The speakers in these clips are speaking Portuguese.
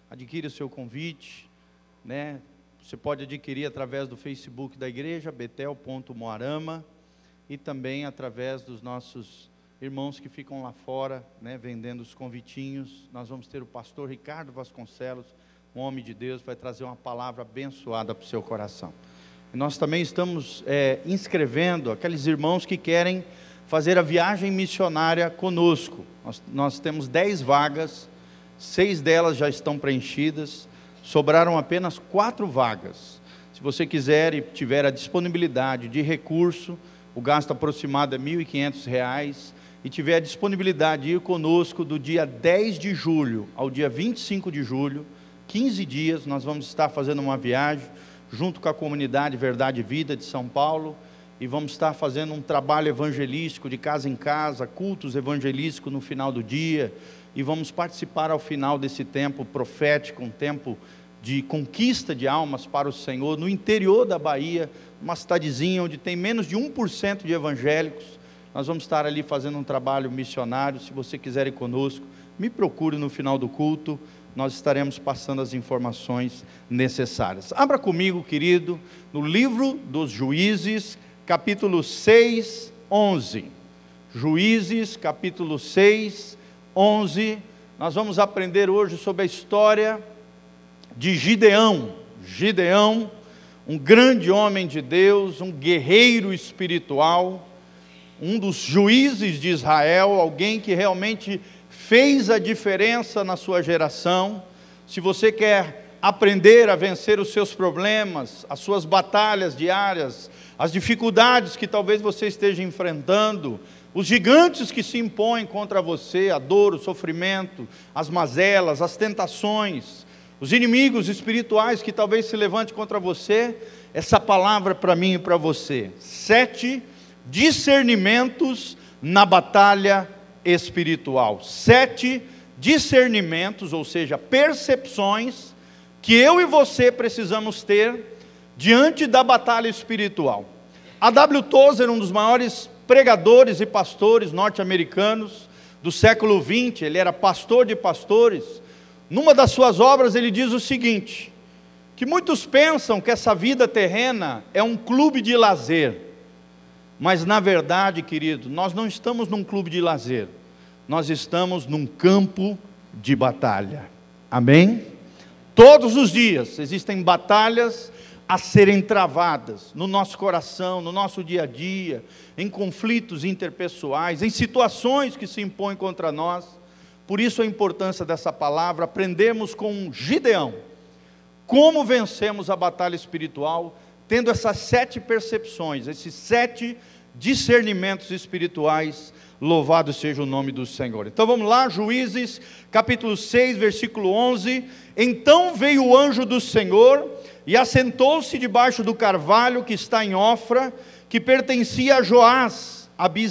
adquira o seu convite, né? Você pode adquirir através do Facebook da igreja, betel.moarama, e também através dos nossos irmãos que ficam lá fora, né, vendendo os convitinhos. Nós vamos ter o pastor Ricardo Vasconcelos, um homem de Deus, vai trazer uma palavra abençoada para o seu coração. E nós também estamos inscrevendo aqueles irmãos que querem fazer a viagem missionária conosco. Nós temos 10 vagas, 6 delas já estão preenchidas, sobraram apenas 4 vagas. Se você quiser e tiver a disponibilidade de recurso, o gasto aproximado é R$ 1.500, e tiver a disponibilidade de ir conosco do dia 10 de julho ao dia 25 de julho, 15 dias, nós vamos estar fazendo uma viagem, junto com a comunidade Verdade e Vida de São Paulo, e vamos estar fazendo um trabalho evangelístico de casa em casa, cultos evangelísticos no final do dia, e vamos participar ao final desse tempo profético, um tempo de conquista de almas para o Senhor, no interior da Bahia, uma cidadezinha onde tem menos de 1% de evangélicos. Nós vamos estar ali fazendo um trabalho missionário. Se você quiser ir conosco, me procure no final do culto, nós estaremos passando as informações necessárias. Abra comigo, querido, no livro dos Juízes, capítulo 6, 11. Juízes, capítulo 6, 11. Nós vamos aprender hoje sobre a história de Gideão. Gideão, um grande homem de Deus, um guerreiro espiritual, um dos juízes de Israel, alguém que realmente fez a diferença na sua geração. Se você quer aprender a vencer os seus problemas, as suas batalhas diárias, as dificuldades que talvez você esteja enfrentando, os gigantes que se impõem contra você, a dor, o sofrimento, as mazelas, as tentações, os inimigos espirituais que talvez se levante contra você, essa palavra para mim e para você: 7 discernimentos na batalha espiritual. 7 discernimentos, ou seja, percepções que eu e você precisamos ter diante da batalha espiritual. A W. Tozer, um dos maiores pregadores e pastores norte-americanos do século XX, ele era pastor de pastores. Numa das suas obras ele diz o seguinte, que muitos pensam que essa vida terrena é um clube de lazer, mas na verdade, querido, nós não estamos num clube de lazer, nós estamos num campo de batalha. Amém? Todos os dias existem batalhas a serem travadas no nosso coração, no nosso dia a dia, em conflitos interpessoais, em situações que se impõem contra nós. Por isso a importância dessa palavra, aprendemos com Gideão, como vencemos a batalha espiritual, tendo essas 7 percepções, esses 7 discernimentos espirituais. Louvado seja o nome do Senhor. Então vamos lá, Juízes, capítulo 6, versículo 11. Então veio o anjo do Senhor, e assentou-se debaixo do carvalho que está em Ofra, que pertencia a Joás,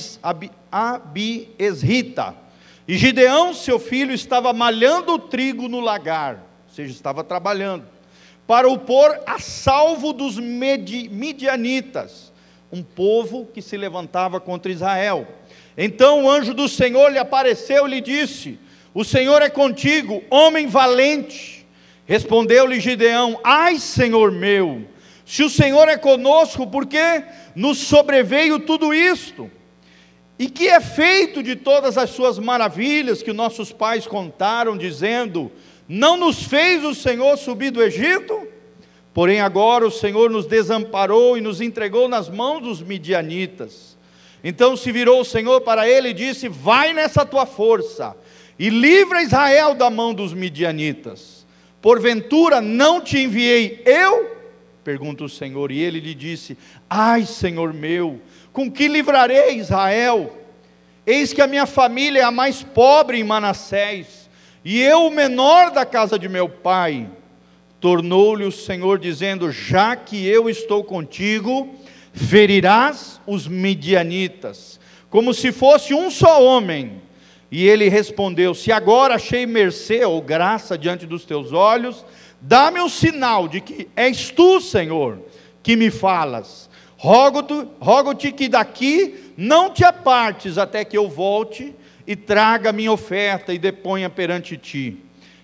Abiesrita. E Gideão, seu filho, estava malhando o trigo no lagar, ou seja, estava trabalhando, para o pôr a salvo dos midianitas, um povo que se levantava contra Israel. Então o anjo do Senhor lhe apareceu e lhe disse: o Senhor é contigo, homem valente. Respondeu-lhe Gideão: ai, Senhor meu, se o Senhor é conosco, por que nos sobreveio tudo isto? E que é feito de todas as suas maravilhas que nossos pais contaram, dizendo: não nos fez o Senhor subir do Egito? Porém agora o Senhor nos desamparou e nos entregou nas mãos dos midianitas. Então se virou o Senhor para ele e disse: vai nessa tua força e livra Israel da mão dos midianitas. Porventura não te enviei eu? Pergunta o Senhor. E ele lhe disse: ai, Senhor meu, com que livrarei Israel? Eis que a minha família é a mais pobre em Manassés, e eu o menor da casa de meu pai. Tornou-lhe o Senhor dizendo: já que eu estou contigo, ferirás os midianitas, como se fosse um só homem. E ele respondeu: se agora achei mercê ou graça diante dos teus olhos, dá-me um sinal de que és tu, Senhor, que me falas. Rogo-te que daqui não te apartes até que eu volte e traga minha oferta e deponha perante ti.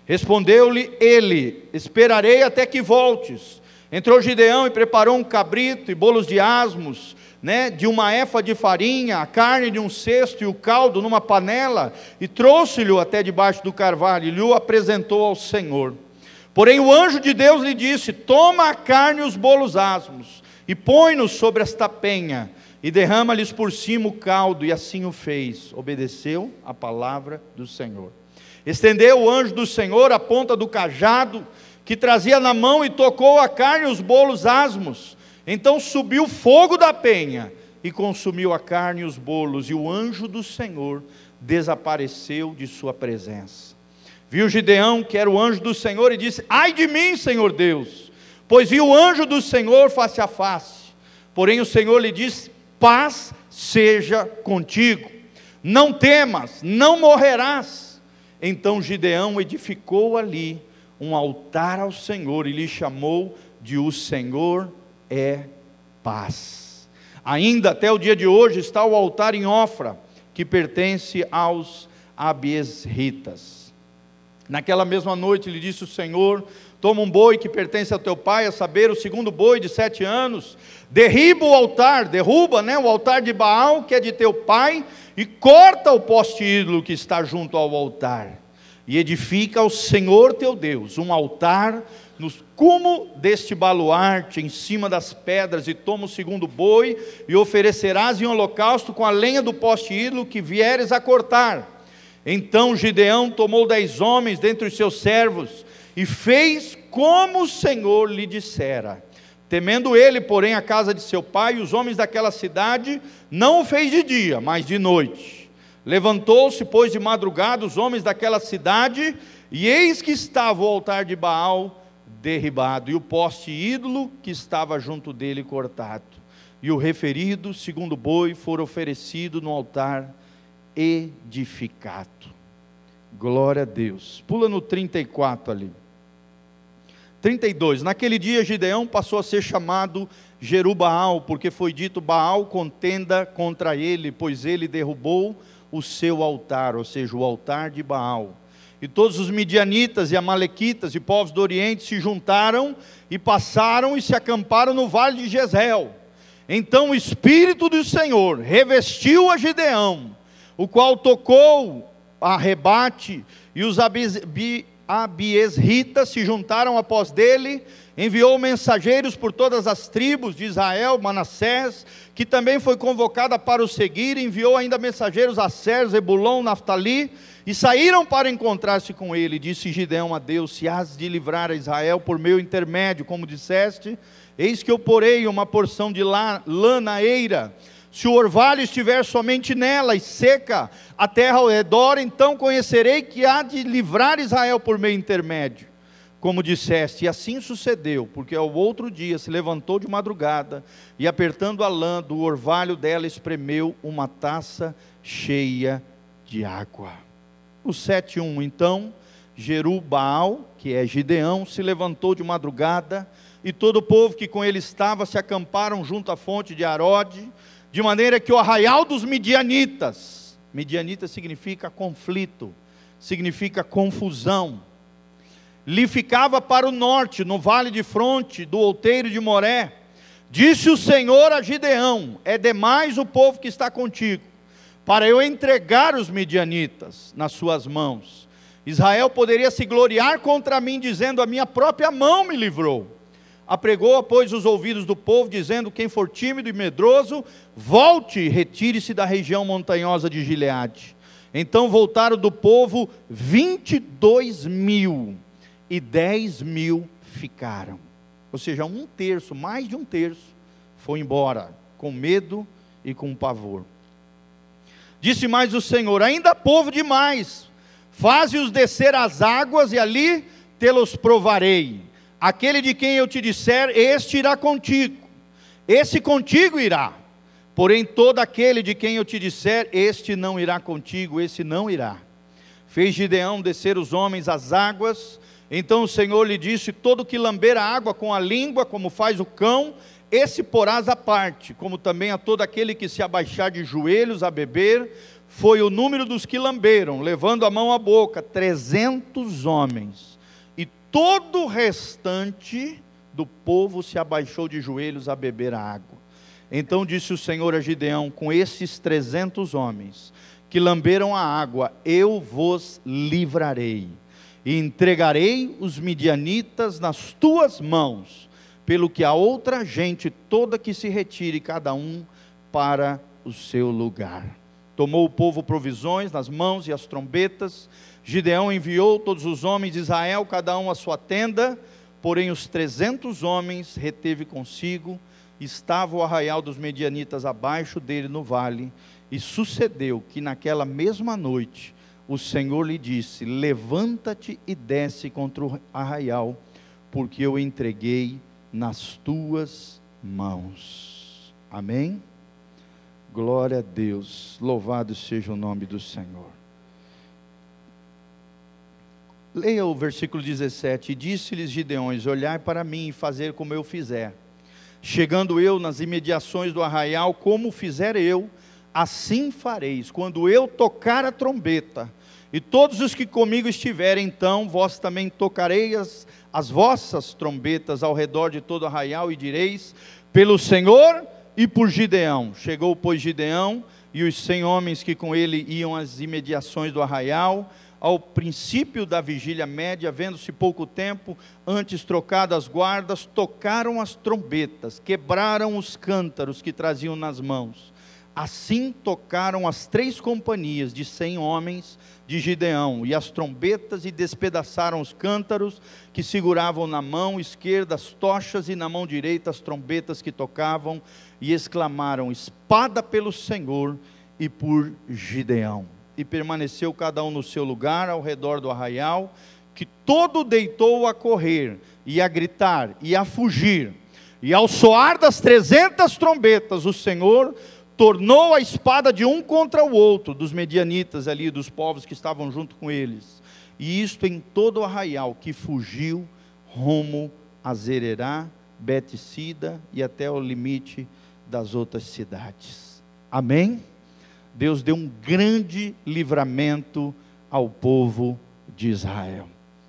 Respondeu-lhe ele: esperarei até que voltes. Entrou Gideão e preparou um cabrito e bolos de asmos, de uma efa de farinha, a carne de um cesto e o caldo numa panela, e trouxe-lhe até debaixo do carvalho, e lhe o apresentou ao Senhor. Porém o anjo de Deus lhe disse: toma a carne e os bolos asmos, e põe-nos sobre esta penha, e derrama-lhes por cima o caldo, e assim o fez. Obedeceu a palavra do Senhor. Estendeu o anjo do Senhor a ponta do cajado que trazia na mão, e tocou a carne e os bolos asmos. Então subiu fogo da penha, e consumiu a carne e os bolos, e o anjo do Senhor desapareceu de sua presença. Viu Gideão que era o anjo do Senhor, e disse: ai de mim, Senhor Deus, pois vi o anjo do Senhor face a face. Porém o Senhor lhe disse: paz seja contigo, não temas, não morrerás. Então Gideão edificou ali um altar ao Senhor, e lhe chamou de o Senhor é paz. Ainda até o dia de hoje está o altar em Ofra, que pertence aos abiesritas. Naquela mesma noite lhe disse o Senhor: toma um boi que pertence ao teu pai, a saber, o segundo boi de 7 anos, derruba o altar de Baal, que é de teu pai, e corta o poste ídolo que está junto ao altar, e edifica ao Senhor teu Deus um altar no cume deste baluarte, em cima das pedras, e toma o segundo boi, e oferecerás em holocausto com a lenha do poste ídolo que vieres a cortar. Então Gideão tomou 10 homens dentre os seus servos, e fez como o Senhor lhe dissera. Temendo ele, porém, a casa de seu pai e os homens daquela cidade, não o fez de dia, mas de noite. Levantou-se, pois, de madrugada os homens daquela cidade, e eis que estava o altar de Baal derribado, e o poste ídolo que estava junto dele cortado, e o referido segundo boi fora oferecido no altar edificado. Glória a Deus. Pula no 34 ali. 32. Naquele dia Gideão passou a ser chamado Jerubaal, porque foi dito: Baal contenda contra ele, pois ele derrubou o seu altar, ou seja, o altar de Baal. E todos os midianitas e amalequitas e povos do Oriente se juntaram e passaram e se acamparam no vale de Jezreel. Então o Espírito do Senhor revestiu a Gideão, o qual tocou a rebate, e os abiesritas se juntaram após dele. Enviou mensageiros por todas as tribos de Israel, Manassés, que também foi convocada para o seguir. Enviou ainda mensageiros a Aser, Zebulon, Naftali, e saíram para encontrar-se com ele. Disse Gideão a Deus: se has de livrar a Israel por meu intermédio, como disseste, eis que eu porei uma porção de lã na eira. Se o orvalho estiver somente nela e seca a terra ao redor, então conhecerei que há de livrar Israel por meu intermédio, como disseste. E assim sucedeu, porque ao outro dia se levantou de madrugada, e apertando a lã do orvalho dela, espremeu uma taça cheia de água. O 7:1. Então Jerubaal, que é Gideão, se levantou de madrugada, e todo o povo que com ele estava se acamparam junto à fonte de Arode, de maneira que o arraial dos midianitas, midianita significa conflito, significa confusão, lhe ficava para o norte, no vale de fronte do outeiro de Moré. Disse o Senhor a Gideão: é demais o povo que está contigo, para eu entregar os midianitas nas suas mãos. Israel poderia se gloriar contra mim, dizendo: a minha própria mão me livrou. Apregou, pois, os ouvidos do povo, dizendo: quem for tímido e medroso, volte e retire-se da região montanhosa de Gileade. Então voltaram do povo 22.000, e 10.000 ficaram. Ou seja, 1/3, mais de 1/3, foi embora, com medo e com pavor. Disse mais o Senhor: ainda há povo demais, faze-os descer às águas, e ali te-los provarei. Aquele de quem eu te disser, este irá contigo, esse contigo irá. Porém todo aquele de quem eu te disser, este não irá contigo, esse não irá. Fez Gideão descer os homens às águas. Então o Senhor lhe disse: todo que lamber a água com a língua, como faz o cão, esse porás à parte, como também a todo aquele que se abaixar de joelhos a beber. foi o número dos que lamberam, levando a mão à boca, 300 homens. E todo o restante do povo se abaixou de joelhos a beber a água. Então disse o Senhor a Gideão: com esses 300 homens que lamberam a água, eu vos livrarei, e entregarei os midianitas nas tuas mãos, pelo que a outra gente toda que se retire, cada um para o seu lugar. Tomou o povo provisões nas mãos e as trombetas. Gideão enviou todos os homens de Israel, cada um à sua tenda, porém os 300 homens reteve consigo. Estava o arraial dos medianitas abaixo dele no vale, e sucedeu que naquela mesma noite o Senhor lhe disse: levanta-te e desce contra o arraial, porque eu entreguei nas tuas mãos. Amém? Glória a Deus, louvado seja o nome do Senhor. Leia o versículo 17. E disse-lhes Gideão: olhai para mim e fazer como eu fizer. Chegando eu nas imediações do arraial, como fizer eu, assim fareis. Quando eu tocar a trombeta, e todos os que comigo estiverem, então vós também tocareis as vossas trombetas ao redor de todo o arraial, e direis: pelo Senhor e por Gideão. Chegou, pois, Gideão e os 100 homens que com ele iam às imediações do arraial, ao princípio da vigília média, vendo-se pouco tempo antes trocadas as guardas, tocaram as trombetas, quebraram os cântaros que traziam nas mãos. Assim tocaram as 3 companhias de 100 homens de Gideão, e as trombetas, e despedaçaram os cântaros que seguravam na mão esquerda as tochas, e na mão direita as trombetas que tocavam, e exclamaram: espada pelo Senhor e por Gideão. E permaneceu cada um no seu lugar ao redor do arraial, que todo deitou a correr, e a gritar, e a fugir. E ao soar das 300 trombetas, o Senhor tornou a espada de um contra o outro, dos medianitas ali, dos povos que estavam junto com eles. E isto em todo o arraial, que fugiu rumo a Zererá, Betesida e até o limite das outras cidades. Amém? Deus deu um grande livramento ao povo de Israel.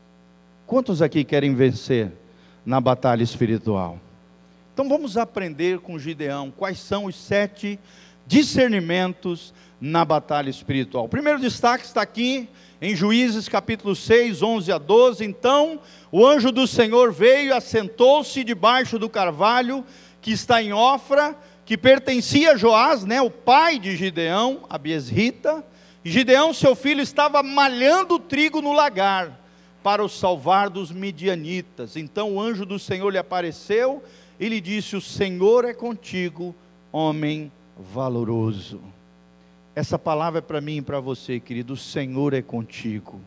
Quantos aqui querem vencer na batalha espiritual? Então vamos aprender com Gideão quais são os 7 discernimentos na batalha espiritual. O primeiro destaque está aqui em Juízes capítulo 6, 11 a 12. Então o anjo do Senhor veio e assentou-se debaixo do carvalho que está em Ofra, que pertencia a Joás, o pai de Gideão, a Biesrita. E Gideão, seu filho, estava malhando trigo no lagar, para o salvar dos midianitas. Então o anjo do Senhor lhe apareceu, e lhe disse: o Senhor é contigo, homem valoroso. Essa palavra é para mim e para você, querido. O Senhor é contigo,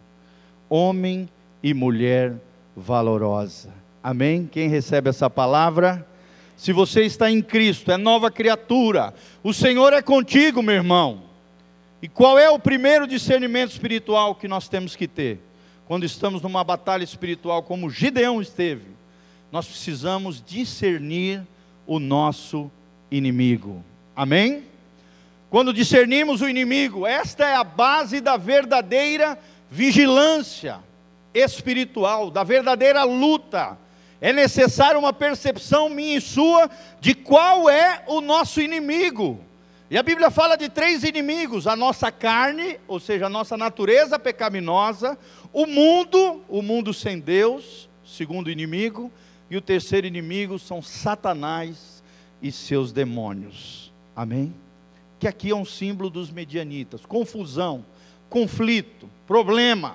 homem e mulher valorosa. Amém? Quem recebe essa palavra? Se você está em Cristo, é nova criatura. O Senhor é contigo, meu irmão. E qual é o primeiro discernimento espiritual que nós temos que ter? Quando estamos numa batalha espiritual como Gideão esteve, nós precisamos discernir o nosso inimigo. Amém? Quando discernimos o inimigo, esta é a base da verdadeira vigilância espiritual, da verdadeira luta. É necessário uma percepção minha e sua de qual é o nosso inimigo. E a Bíblia fala de 3 inimigos: a nossa carne, ou seja, a nossa natureza pecaminosa, o mundo sem Deus, segundo inimigo, e o terceiro inimigo são Satanás e seus demônios. Amém? Que aqui é um símbolo dos medianitas: confusão, conflito, problema.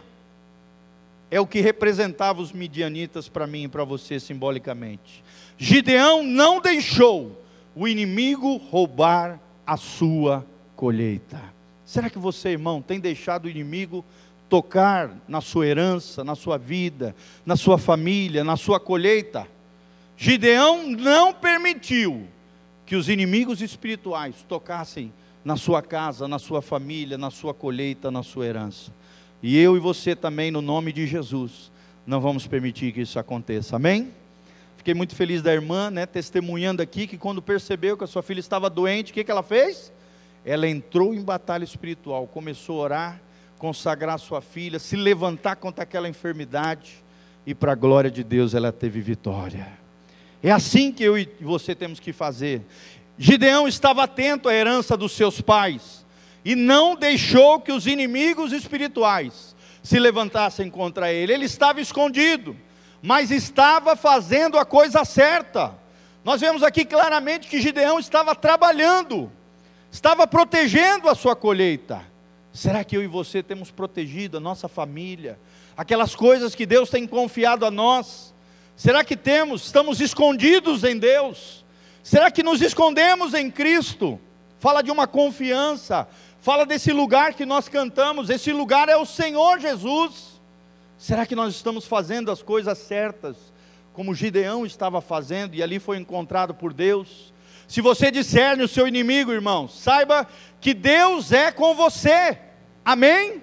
É o que representava os midianitas para mim e para você simbolicamente. Gideão não deixou o inimigo roubar a sua colheita. Será que você, irmão, tem deixado o inimigo tocar na sua herança, na sua vida, na sua família, na sua colheita? Gideão não permitiu que os inimigos espirituais tocassem na sua casa, na sua família, na sua colheita, na sua herança. E eu e você também, no nome de Jesus, não vamos permitir que isso aconteça. Amém? Fiquei muito feliz da irmã, testemunhando aqui, que quando percebeu que a sua filha estava doente, o que ela fez? ela entrou em batalha espiritual, começou a orar, consagrar sua filha, se levantar contra aquela enfermidade, e para a glória de Deus ela teve vitória. É assim que eu e você temos que fazer. Gideão estava atento à herança dos seus pais, e não deixou que os inimigos espirituais se levantassem contra ele. Ele estava escondido, mas estava fazendo a coisa certa. Nós vemos aqui claramente que Gideão estava trabalhando, estava protegendo a sua colheita. Será que eu e você temos protegido a nossa família, aquelas coisas que Deus tem confiado a nós? Será que estamos escondidos em Deus? Será que nos escondemos em Cristo? Fala de uma confiança, fala desse lugar que nós cantamos, esse lugar é o Senhor Jesus. Será que nós estamos fazendo as coisas certas, como Gideão estava fazendo, e ali foi encontrado por Deus? Se você discerne o seu inimigo, irmão, saiba que Deus é com você, amém?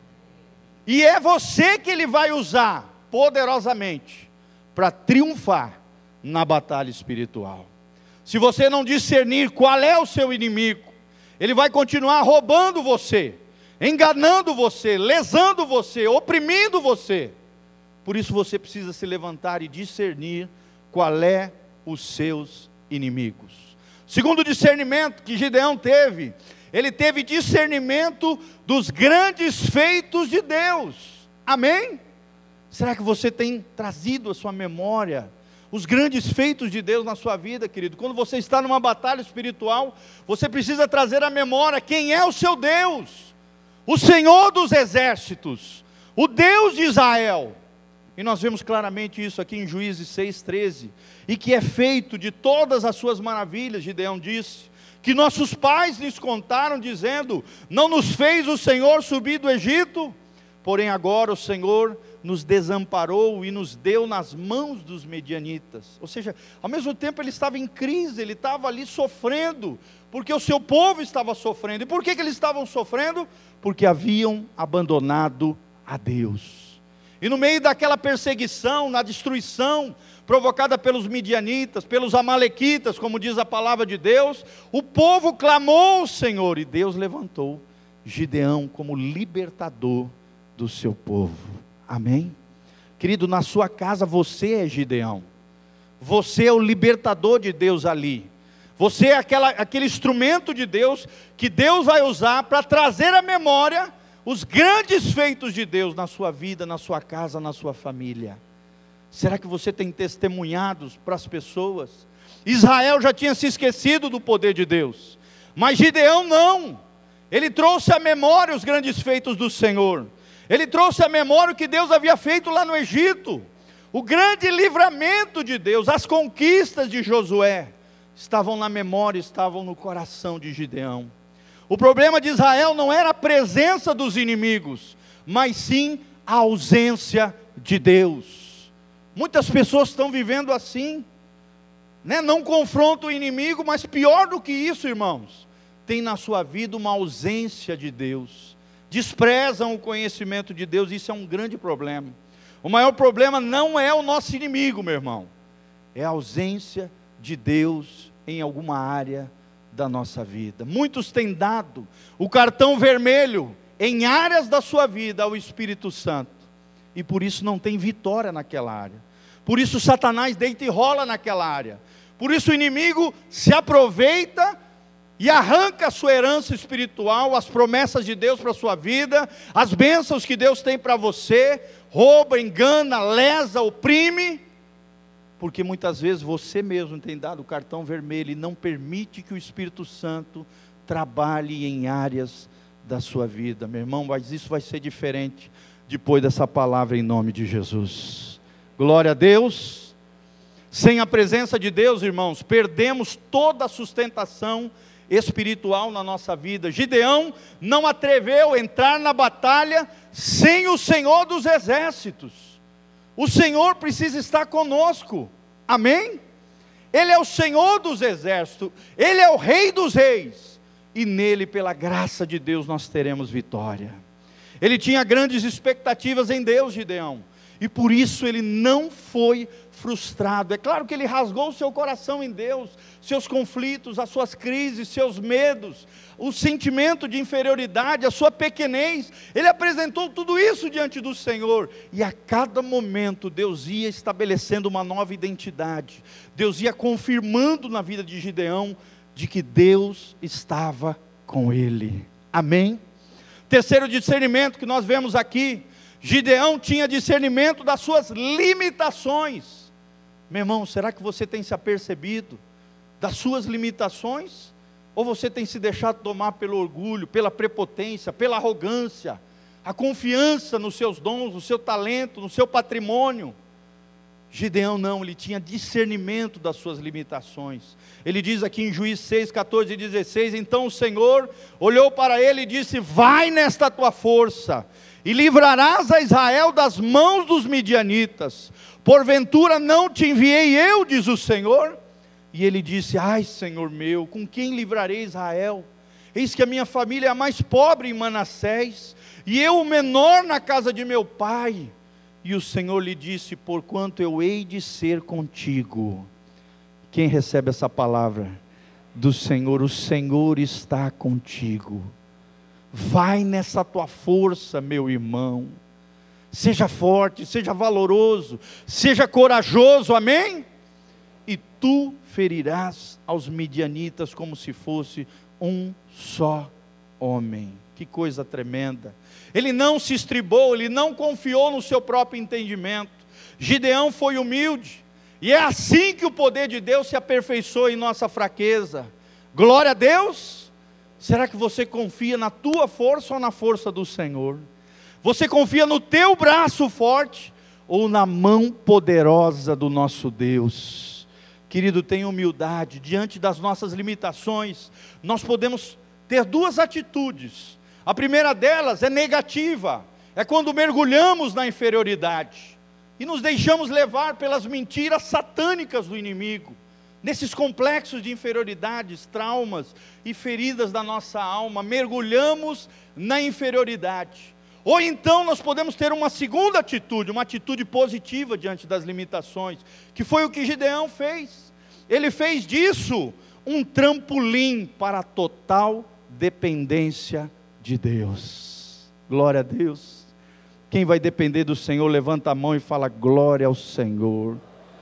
E é você que Ele vai usar poderosamente para triunfar na batalha espiritual. Se você não discernir qual é o seu inimigo, ele vai continuar roubando você, enganando você, lesando você, oprimindo você. Por isso você precisa se levantar e discernir qual é os seus inimigos. Segundo discernimento que Gideão teve, ele teve discernimento dos grandes feitos de Deus. Amém? Será que você tem trazido à sua memória os grandes feitos de Deus na sua vida, querido? Quando você está numa batalha espiritual, você precisa trazer à memória quem é o seu Deus, o Senhor dos exércitos, o Deus de Israel. E nós vemos claramente isso aqui em Juízes 6:13, e que é feito de todas as suas maravilhas. Gideão disse, que nossos pais lhes contaram, dizendo, não nos fez o Senhor subir do Egito? Porém agora o Senhor nos desamparou e nos deu nas mãos dos medianitas. Ou seja, ao mesmo tempo ele estava em crise, ele estava ali sofrendo, porque o seu povo estava sofrendo. E por que eles estavam sofrendo? Porque haviam abandonado a Deus. E no meio daquela perseguição, na destruição provocada pelos midianitas, pelos amalequitas, como diz a palavra de Deus, o povo clamou ao Senhor, e Deus levantou Gideão como libertador do seu povo. Amém? Querido, na sua casa você é Gideão, você é o libertador de Deus ali, você é aquele instrumento de Deus, que Deus vai usar para trazer à memória os grandes feitos de Deus na sua vida, na sua casa, na sua família. Será que você tem testemunhado para as pessoas? Israel já tinha se esquecido do poder de Deus, mas Gideão não. Ele trouxe à memória os grandes feitos do Senhor. Ele trouxe à memória o que Deus havia feito lá no Egito, o grande livramento de Deus, as conquistas de Josué, estavam na memória, estavam no coração de Gideão. O problema de Israel não era a presença dos inimigos, mas sim a ausência de Deus. Muitas pessoas estão vivendo assim, né? Não confrontam o inimigo, mas pior do que isso, irmãos, tem na sua vida uma ausência de Deus. Desprezam o conhecimento de Deus, isso é um grande problema. O maior problema não é o nosso inimigo, meu irmão, é a ausência de Deus em alguma área da nossa vida. Muitos têm dado o cartão vermelho em áreas da sua vida ao Espírito Santo, e por isso não tem vitória naquela área. Por isso Satanás deita e rola naquela área. Por isso o inimigo se aproveita e arranca a sua herança espiritual, as promessas de Deus para a sua vida, as bênçãos que Deus tem para você, rouba, engana, lesa, oprime, porque muitas vezes você mesmo tem dado o cartão vermelho e não permite que o Espírito Santo trabalhe em áreas da sua vida, meu irmão. Mas isso vai ser diferente depois dessa palavra, em nome de Jesus. Glória a Deus. Sem a presença de Deus, irmãos, perdemos toda a sustentação espiritual na nossa vida. Gideão não atreveu a entrar na batalha sem o Senhor dos exércitos. O Senhor precisa estar conosco, amém? Ele é o Senhor dos exércitos, Ele é o Rei dos reis, e nele, pela graça de Deus, nós teremos vitória. Ele tinha grandes expectativas em Deus, Gideão, e por isso ele não foi frustrado. É claro que ele rasgou o seu coração em Deus, seus conflitos, as suas crises, seus medos, o sentimento de inferioridade, a sua pequenez. Ele apresentou tudo isso diante do Senhor, e a cada momento Deus ia estabelecendo uma nova identidade, Deus ia confirmando na vida de Gideão, de que Deus estava com ele. Amém? Terceiro discernimento que nós vemos aqui, Gideão tinha discernimento das suas limitações. Meu irmão, será que você tem se apercebido das suas limitações? Ou você tem se deixado tomar pelo orgulho, pela prepotência, pela arrogância, a confiança nos seus dons, no seu talento, no seu patrimônio? Gideão não, ele tinha discernimento das suas limitações. Ele diz aqui em Juízes 6, 14 e 16, então o Senhor olhou para ele e disse, vai nesta tua força, e livrarás a Israel das mãos dos midianitas, porventura não te enviei eu, diz o Senhor? E ele disse, ai Senhor meu, com quem livrarei Israel? Eis que a minha família é a mais pobre em Manassés, e eu o menor na casa de meu pai. E o Senhor lhe disse, porquanto eu hei de ser contigo. Quem recebe essa palavra do Senhor? O Senhor está contigo. Vai nessa tua força, meu irmão. Seja forte, seja valoroso, seja corajoso, amém? E tu ferirás aos midianitas como se fosse um só homem. Que coisa tremenda. Ele não se estribou, ele não confiou no seu próprio entendimento. Gideão foi humilde, e é assim que o poder de Deus se aperfeiçoa em nossa fraqueza. Glória a Deus. Será que você confia na tua força ou na força do Senhor? Você confia no teu braço forte ou na mão poderosa do nosso Deus? Querido, tenha humildade. Diante das nossas limitações, nós podemos ter duas atitudes. A primeira delas é negativa, é quando mergulhamos na inferioridade, e nos deixamos levar pelas mentiras satânicas do inimigo, nesses complexos de inferioridades, traumas e feridas da nossa alma, mergulhamos na inferioridade. Ou então nós podemos ter uma segunda atitude, uma atitude positiva diante das limitações, que foi o que Gideão fez. Ele fez disso um trampolim para a total dependência de Deus. Glória a Deus. Quem vai depender do Senhor, levanta a mão e fala, glória ao Senhor.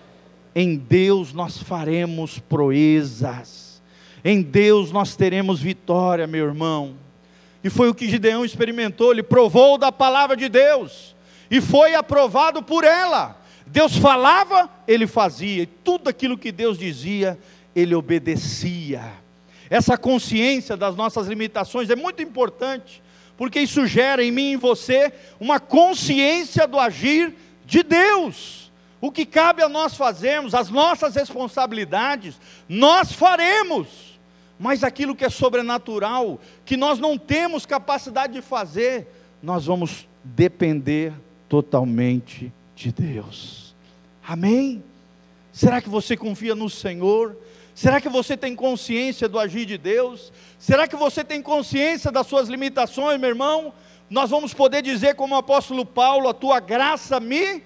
Em Deus nós faremos proezas, em Deus nós teremos vitória, meu irmão. E foi o que Gideão experimentou, ele provou da palavra de Deus, e foi aprovado por ela. Deus falava, ele fazia, e tudo aquilo que Deus dizia, ele obedecia. Essa consciência das nossas limitações é muito importante, porque isso gera em mim e em você uma consciência do agir de Deus. O que cabe a nós fazermos, as nossas responsabilidades, nós faremos, mas aquilo que é sobrenatural, que nós não temos capacidade de fazer, nós vamos depender totalmente de Deus. Amém? Será que você confia no Senhor? Será que você tem consciência do agir de Deus? Será que você tem consciência das suas limitações, meu irmão? Nós vamos poder dizer como o apóstolo Paulo, a tua graça me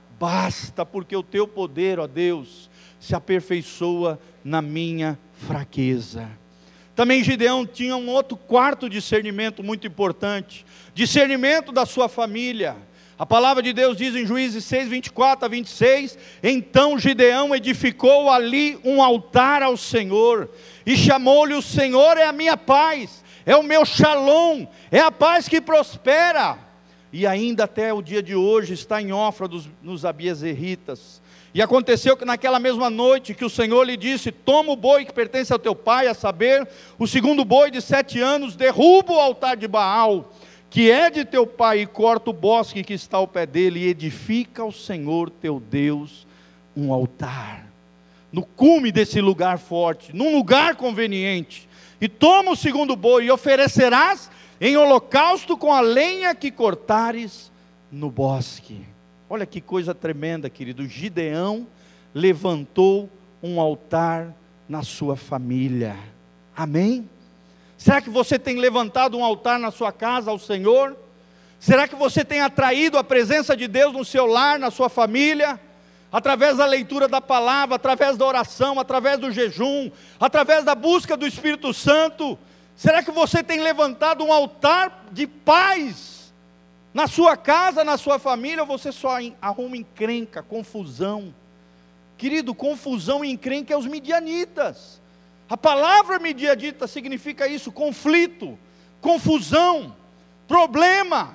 basta, porque o teu poder, ó Deus, se aperfeiçoa na minha fraqueza. Também Gideão tinha um outro quarto discernimento muito importante, discernimento da sua família. A palavra de Deus diz em Juízes 6, 24 a 26, então Gideão edificou ali um altar ao Senhor, e chamou-lhe, o Senhor é a minha paz, é o meu shalom, é a paz que prospera, e ainda até o dia de hoje está em Ofra nos Abiezeritas. E aconteceu que naquela mesma noite que o Senhor lhe disse, toma o boi que pertence ao teu pai, a saber, o segundo boi de 7 anos, derruba o altar de Baal, que é de teu pai, e corta o bosque que está ao pé dele, e edifica ao Senhor teu Deus um altar, no cume desse lugar forte, num lugar conveniente, e toma o segundo boi, e oferecerás em holocausto com a lenha que cortares no bosque. Olha que coisa tremenda, querido. Gideão levantou um altar na sua família. Amém? Será que você tem levantado um altar na sua casa ao Senhor? Será que você tem atraído a presença de Deus no seu lar, na sua família? através da leitura da palavra, através da oração, através do jejum, através da busca do Espírito Santo? Será que você tem levantado um altar de paz na sua casa, na sua família, ou você só arruma encrenca, confusão? Querido, confusão e encrenca é os midianitas. A palavra midianita significa isso: conflito, confusão, problema.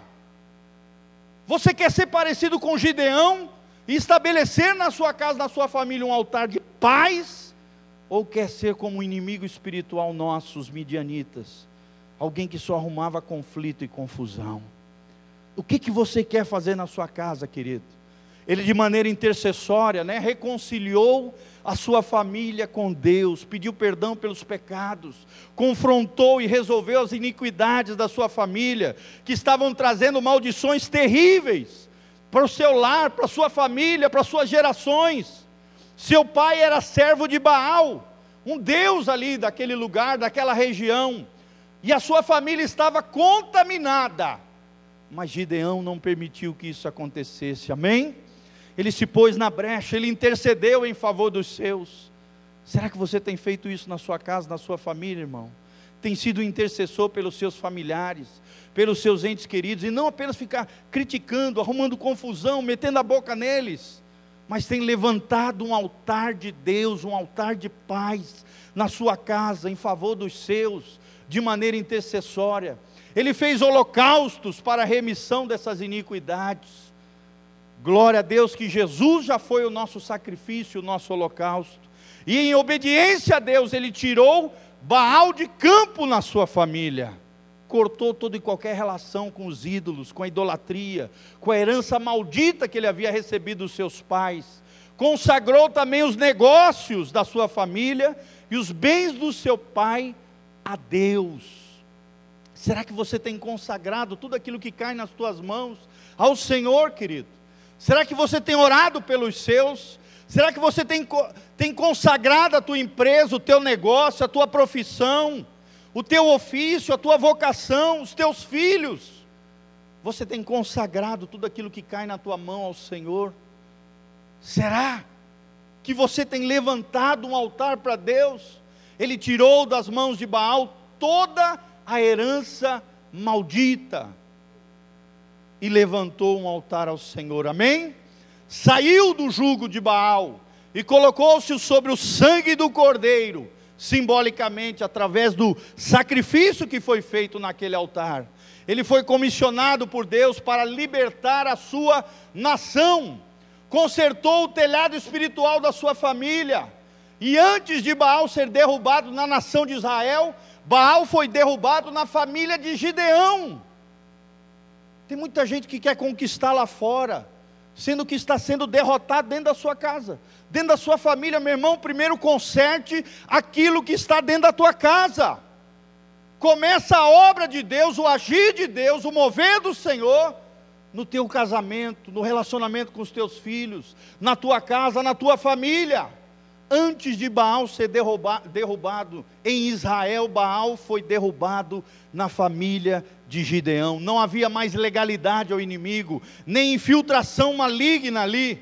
Você quer ser parecido com Gideão e estabelecer na sua casa, na sua família, um altar de paz? Ou quer ser como o inimigo espiritual nosso, os midianitas, alguém que só arrumava conflito e confusão? O que você quer fazer na sua casa, querido? Ele, de maneira intercessória, reconciliou a sua família com Deus, pediu perdão pelos pecados, confrontou e resolveu as iniquidades da sua família, que estavam trazendo maldições terríveis para o seu lar, para a sua família, para as suas gerações. Seu pai era servo de Baal, um deus ali daquele lugar, daquela região, e a sua família estava contaminada, mas Gideão não permitiu que isso acontecesse, amém? Ele se pôs na brecha, ele intercedeu em favor dos seus. Será que você tem feito isso na sua casa, na sua família, irmão? Tem sido intercessor pelos seus familiares, pelos seus entes queridos, e não apenas ficar criticando, arrumando confusão, metendo a boca neles, mas tem levantado um altar de Deus, um altar de paz na sua casa, em favor dos seus, de maneira intercessória. Ele fez holocaustos para a remissão dessas iniquidades. Glória a Deus que Jesus já foi o nosso sacrifício, o nosso holocausto. E em obediência a Deus, ele tirou Baal de campo na sua família. Cortou toda e qualquer relação com os ídolos, com a idolatria, com a herança maldita que ele havia recebido dos seus pais. Consagrou também os negócios da sua família e os bens do seu pai a Deus. Será que você tem consagrado tudo aquilo que cai nas tuas mãos ao Senhor, querido? Será que você tem orado pelos seus? Será que você tem consagrado a tua empresa, o teu negócio, a tua profissão, o teu ofício, a tua vocação, os teus filhos? Você tem consagrado tudo aquilo que cai na tua mão ao Senhor? Será que você tem levantado um altar para Deus? Ele tirou das mãos de Baal toda a herança maldita e levantou um altar ao Senhor, amém? Saiu do jugo de Baal e colocou-se sobre o sangue do cordeiro, simbolicamente através do sacrifício que foi feito naquele altar. Ele foi comissionado por Deus para libertar a sua nação, consertou o telhado espiritual da sua família, e antes de Baal ser derrubado na nação de Israel, Baal foi derrubado na família de Gideão. Tem muita gente que quer conquistar lá fora, sendo que está sendo derrotado dentro da sua casa, dentro da sua família. Meu irmão, primeiro conserte aquilo que está dentro da tua casa. Começa a obra de Deus, o agir de Deus, o mover do Senhor, no teu casamento, no relacionamento com os teus filhos, na tua casa, na tua família. Antes de Baal ser derrubado em Israel, Baal foi derrubado na família de Gideão. Não havia mais legalidade ao inimigo, nem infiltração maligna ali,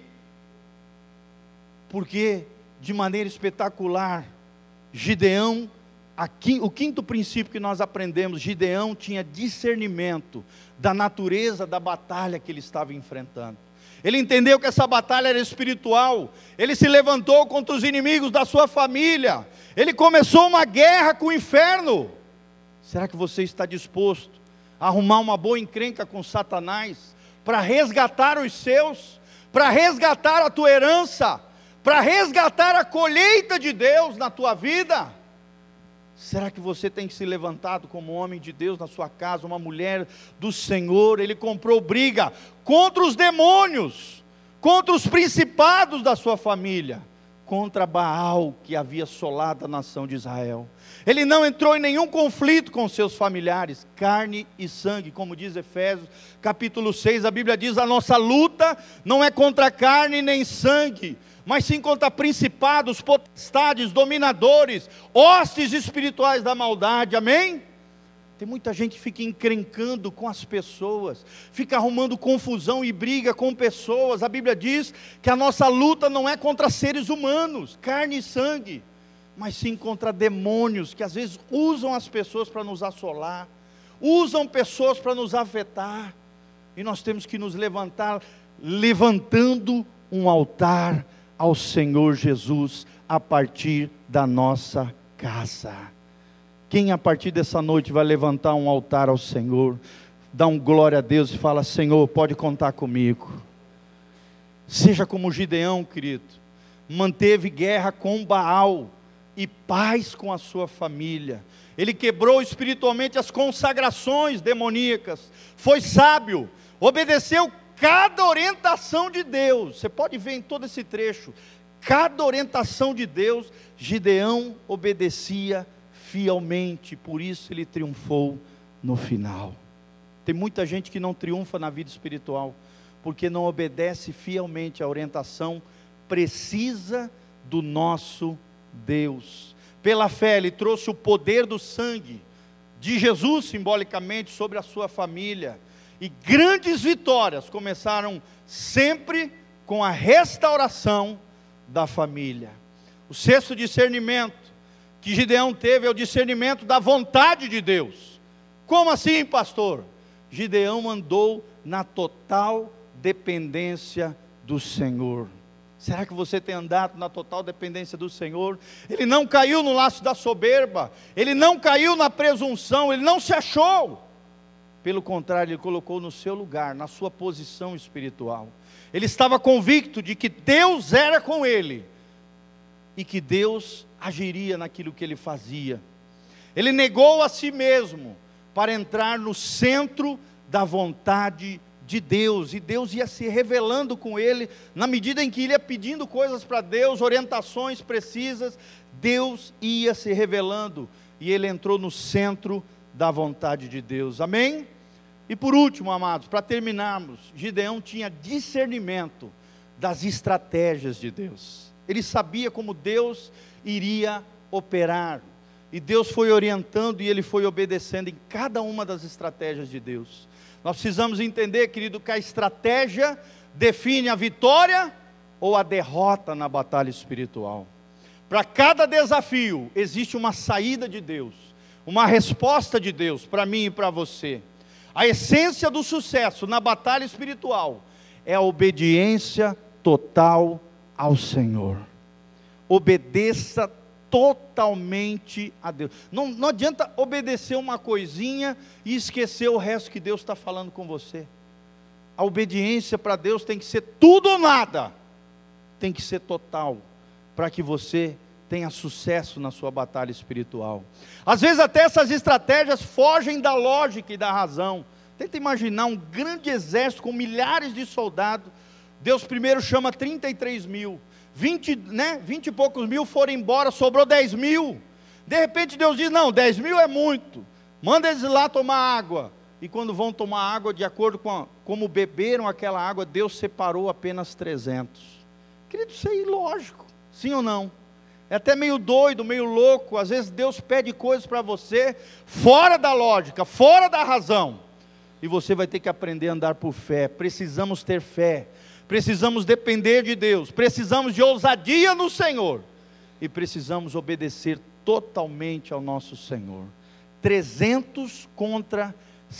porque de maneira espetacular, Gideão, o quinto princípio que nós aprendemos, Gideão tinha discernimento da natureza da batalha que ele estava enfrentando. Ele entendeu que essa batalha era espiritual. Ele se levantou contra os inimigos da sua família. Ele começou uma guerra com o inferno. Será que você está disposto a arrumar uma boa encrenca com Satanás, para resgatar os seus, para resgatar a tua herança, para resgatar a colheita de Deus na tua vida? Será que você tem se levantado como homem de Deus na sua casa, uma mulher do Senhor? Ele comprou briga contra os demônios, contra os principados da sua família, contra Baal, que havia assolado a nação de Israel. Ele não entrou em nenhum conflito com seus familiares, carne e sangue, como diz Efésios capítulo 6, a Bíblia diz: a nossa luta não é contra carne nem sangue, mas sim contra principados, potestades, dominadores, hostes espirituais da maldade, amém? Tem muita gente que fica encrencando com as pessoas, fica arrumando confusão e briga com pessoas. A Bíblia diz que a nossa luta não é contra seres humanos, carne e sangue, mas sim contra demônios, que às vezes usam as pessoas para nos assolar, usam pessoas para nos afetar, e nós temos que nos levantar, levantando um altar ao Senhor Jesus, a partir da nossa casa. Quem a partir dessa noite vai levantar um altar ao Senhor, dá um glória a Deus e fala: Senhor, pode contar comigo. Seja como Gideão, querido, manteve guerra com Baal e paz com a sua família. Ele quebrou espiritualmente as consagrações demoníacas, foi sábio, obedeceu cada orientação de Deus. Você pode ver em todo esse trecho, cada orientação de Deus, Gideão obedecia fielmente, por isso ele triunfou no final. Tem muita gente que não triunfa na vida espiritual, porque não obedece fielmente à orientação precisa do nosso Deus. Pela fé ele trouxe o poder do sangue de Jesus, simbolicamente, sobre a sua família, e grandes vitórias começaram sempre com a restauração da família. O sexto discernimento que Gideão teve é o discernimento da vontade de Deus. Como assim, pastor? Gideão andou na total dependência do Senhor. Será que você tem andado na total dependência do Senhor? Ele não caiu no laço da soberba, ele não caiu na presunção, ele não se achou. Pelo contrário, ele colocou no seu lugar, na sua posição espiritual. Ele estava convicto de que Deus era com ele, e que Deus agiria naquilo que ele fazia. Ele negou a si mesmo, para entrar no centro da vontade de Deus, e Deus ia se revelando com ele, na medida em que ele ia pedindo coisas para Deus, orientações precisas, Deus ia se revelando, e ele entrou no centro da vontade de Deus, amém? E por último, amados, para terminarmos, Gideão tinha discernimento das estratégias de Deus, ele sabia como Deus iria operar, e Deus foi orientando e ele foi obedecendo em cada uma das estratégias de Deus. Nós precisamos entender, querido, que a estratégia define a vitória ou a derrota na batalha espiritual. Para cada desafio existe uma saída de Deus, uma resposta de Deus para mim e para você. A essência do sucesso na batalha espiritual é a obediência total ao Senhor. Obedeça totalmente a Deus. Não adianta obedecer uma coisinha e esquecer o resto que Deus está falando com você. A obediência para Deus tem que ser tudo ou nada, tem que ser total, para que você tenha sucesso na sua batalha espiritual. Às vezes até essas estratégias fogem da lógica e da razão. Tenta imaginar um grande exército com milhares de soldados. Deus primeiro chama 33 mil, 20 e poucos mil foram embora, sobrou 10 mil, de repente Deus diz: não, 10 mil é muito, manda eles lá tomar água, e quando vão tomar água, de acordo com como beberam aquela água, Deus separou apenas 300, querido, isso é ilógico, sim ou não? É até meio doido, meio louco, às vezes Deus pede coisas para você, fora da lógica, fora da razão, e você vai ter que aprender a andar por fé. Precisamos ter fé, precisamos depender de Deus, precisamos de ousadia no Senhor, e precisamos obedecer totalmente ao nosso Senhor. 300 contra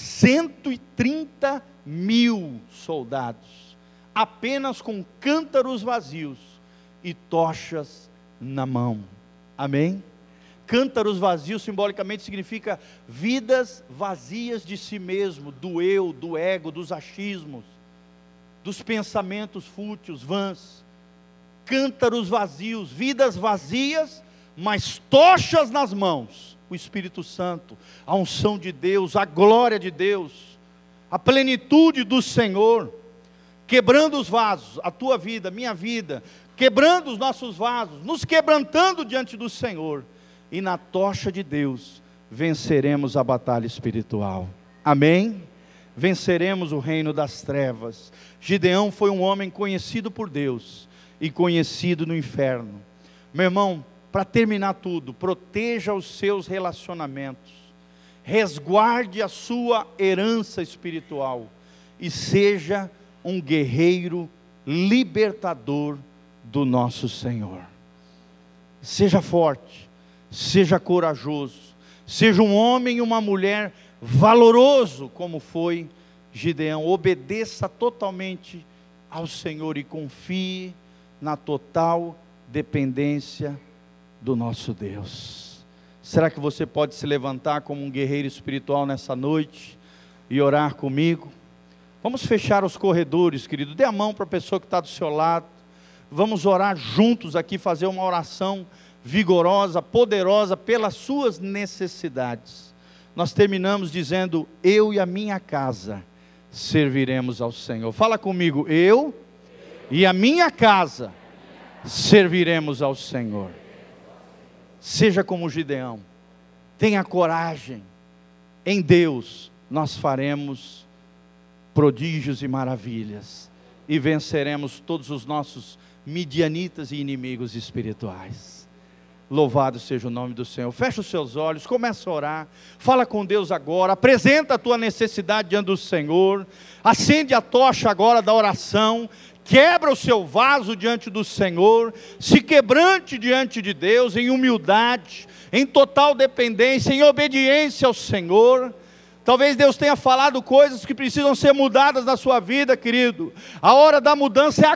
130 mil soldados, apenas com cântaros vazios e tochas na mão, amém? Cântaros vazios simbolicamente significa vidas vazias de si mesmo, do eu, do ego, dos achismos, dos pensamentos fúteis, vãs. Cântaros vazios, vidas vazias, mas tochas nas mãos. O Espírito Santo, a unção de Deus, a glória de Deus, a plenitude do Senhor, quebrando os vasos, a tua vida, minha vida, quebrando os nossos vasos, nos quebrantando diante do Senhor, e na tocha de Deus venceremos a batalha espiritual, amém? Venceremos o reino das trevas. Gideão foi um homem conhecido por Deus e conhecido no inferno. Meu irmão, para terminar tudo, proteja os seus relacionamentos. resguarde a sua herança espiritual e seja um guerreiro libertador do nosso Senhor. Seja forte, seja corajoso, seja um homem e uma mulher valoroso como foi Gideão. Obedeça totalmente ao Senhor e confie na total dependência do nosso Deus. Será que você pode se levantar como um guerreiro espiritual nessa noite e orar comigo? Vamos fechar os corredores, querido. Dê a mão para a pessoa que está do seu lado. Vamos orar juntos aqui, fazer uma oração vigorosa, poderosa pelas suas necessidades. Nós terminamos dizendo: eu e a minha casa serviremos ao Senhor. Fala comigo: eu e a minha casa serviremos ao Senhor. Seja como Gideão, tenha coragem, em Deus nós faremos prodígios e maravilhas, e venceremos todos os nossos midianitas e inimigos espirituais. Louvado seja o nome do Senhor. Fecha os seus olhos, começa a orar, fala com Deus agora, apresenta a tua necessidade diante do Senhor, acende a tocha agora da oração, quebra o seu vaso diante do Senhor, se quebrante diante de Deus, em humildade, em total dependência, em obediência ao Senhor. Talvez Deus tenha falado coisas que precisam ser mudadas na sua vida, querido. A hora da mudança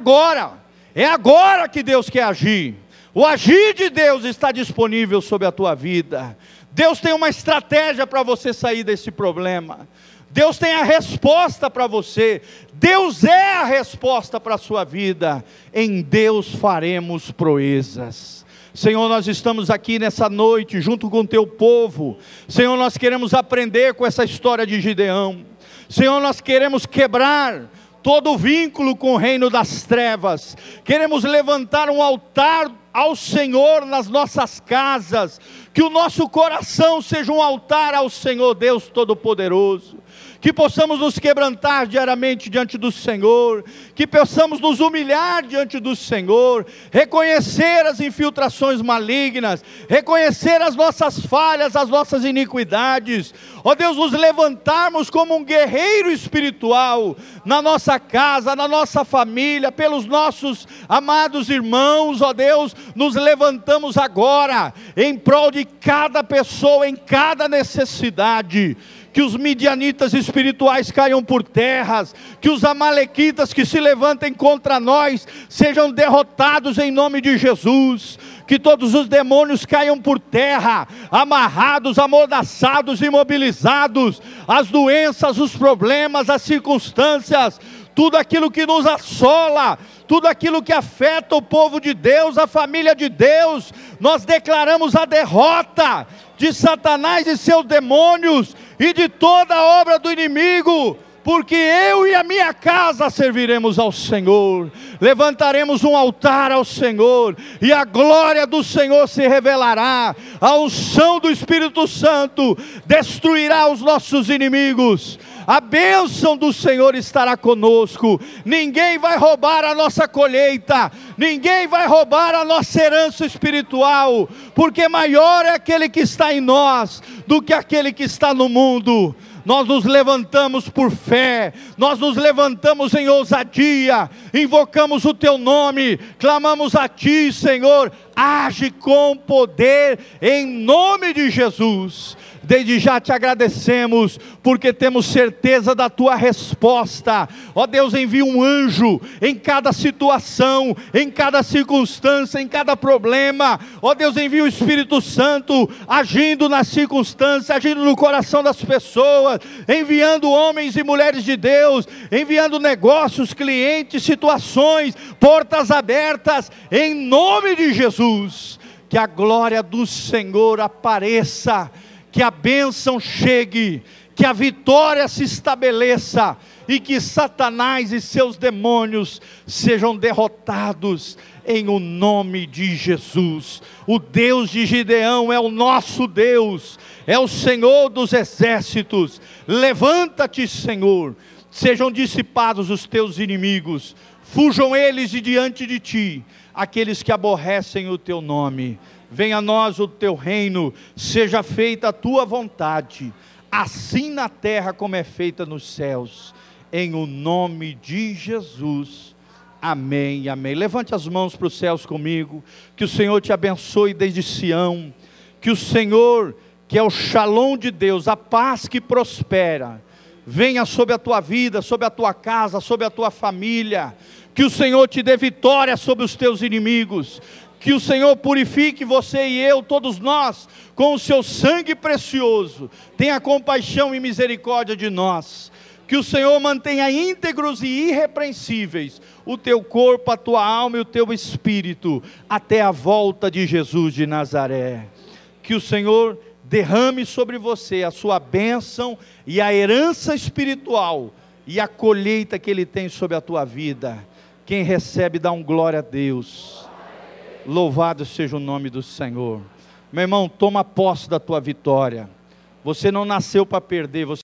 é agora que Deus quer agir. O agir de Deus está disponível sobre a tua vida. Deus tem uma estratégia para você sair desse problema. Deus tem a resposta para você. Deus é a resposta para a sua vida. Em Deus faremos proezas. Senhor, nós estamos aqui nessa noite junto com o teu povo. Senhor, nós queremos aprender com essa história de Gideão. Senhor, nós queremos quebrar todo o vínculo com o reino das trevas. Queremos levantar um altar ao Senhor nas nossas casas. Que o nosso coração seja um altar ao Senhor Deus Todo-Poderoso. Que possamos nos quebrantar diariamente diante do Senhor, que possamos nos humilhar diante do Senhor, reconhecer as infiltrações malignas, reconhecer as nossas falhas, as nossas iniquidades, ó Deus, nos levantarmos como um guerreiro espiritual, na nossa casa, na nossa família, pelos nossos amados irmãos, ó Deus, nos levantamos agora, em prol de cada pessoa, em cada necessidade. Que os midianitas espirituais caiam por terras, que os amalequitas que se levantem contra nós sejam derrotados em nome de Jesus, que todos os demônios caiam por terra, amarrados, amordaçados, imobilizados, as doenças, os problemas, as circunstâncias, tudo aquilo que nos assola, tudo aquilo que afeta o povo de Deus, a família de Deus, nós declaramos a derrota de Satanás e seus demônios, e de toda a obra do inimigo, porque eu e a minha casa serviremos ao Senhor, levantaremos um altar ao Senhor, e a glória do Senhor se revelará, a unção do Espírito Santo destruirá os nossos inimigos, a bênção do Senhor estará conosco, ninguém vai roubar a nossa colheita, ninguém vai roubar a nossa herança espiritual, porque maior é aquele que está em nós, do que aquele que está no mundo. Nós nos levantamos por fé, nós nos levantamos em ousadia, invocamos o teu nome, clamamos a ti, Senhor, age com poder, em nome de Jesus. Desde já te agradecemos, porque temos certeza da tua resposta. Ó Deus, envia um anjo em cada situação, em cada circunstância, em cada problema. Ó Deus, envia o Espírito Santo agindo na circunstância, agindo no coração das pessoas, enviando homens e mulheres de Deus, enviando negócios, clientes, situações, portas abertas, em nome de Jesus. Que a glória do Senhor apareça, que a bênção chegue, que a vitória se estabeleça, e que Satanás e seus demônios sejam derrotados, em o nome de Jesus. O Deus de Gideão é o nosso Deus, é o Senhor dos exércitos. Levanta-te, Senhor, sejam dissipados os teus inimigos, fujam eles de diante de ti, aqueles que aborrecem o teu nome. Venha a nós o teu reino, seja feita a tua vontade, assim na terra como é feita nos céus, em o nome de Jesus. Amém e amém. Levante as mãos para os céus comigo. Que o Senhor te abençoe desde Sião. Que o Senhor, que é o Shalom de Deus, a paz que prospera, venha sobre a tua vida, sobre a tua casa, sobre a tua família. Que o Senhor te dê vitória sobre os teus inimigos. Que o Senhor purifique você e eu, todos nós, com o seu sangue precioso. Tenha compaixão e misericórdia de nós. Que o Senhor mantenha íntegros e irrepreensíveis o teu corpo, a tua alma e o teu espírito, até a volta de Jesus de Nazaré. Que o Senhor derrame sobre você a sua bênção e a herança espiritual e a colheita que Ele tem sobre a tua vida. Quem recebe, dá um glória a Deus. Louvado seja o nome do Senhor. Meu irmão, toma posse da tua vitória. Você não nasceu para perder, você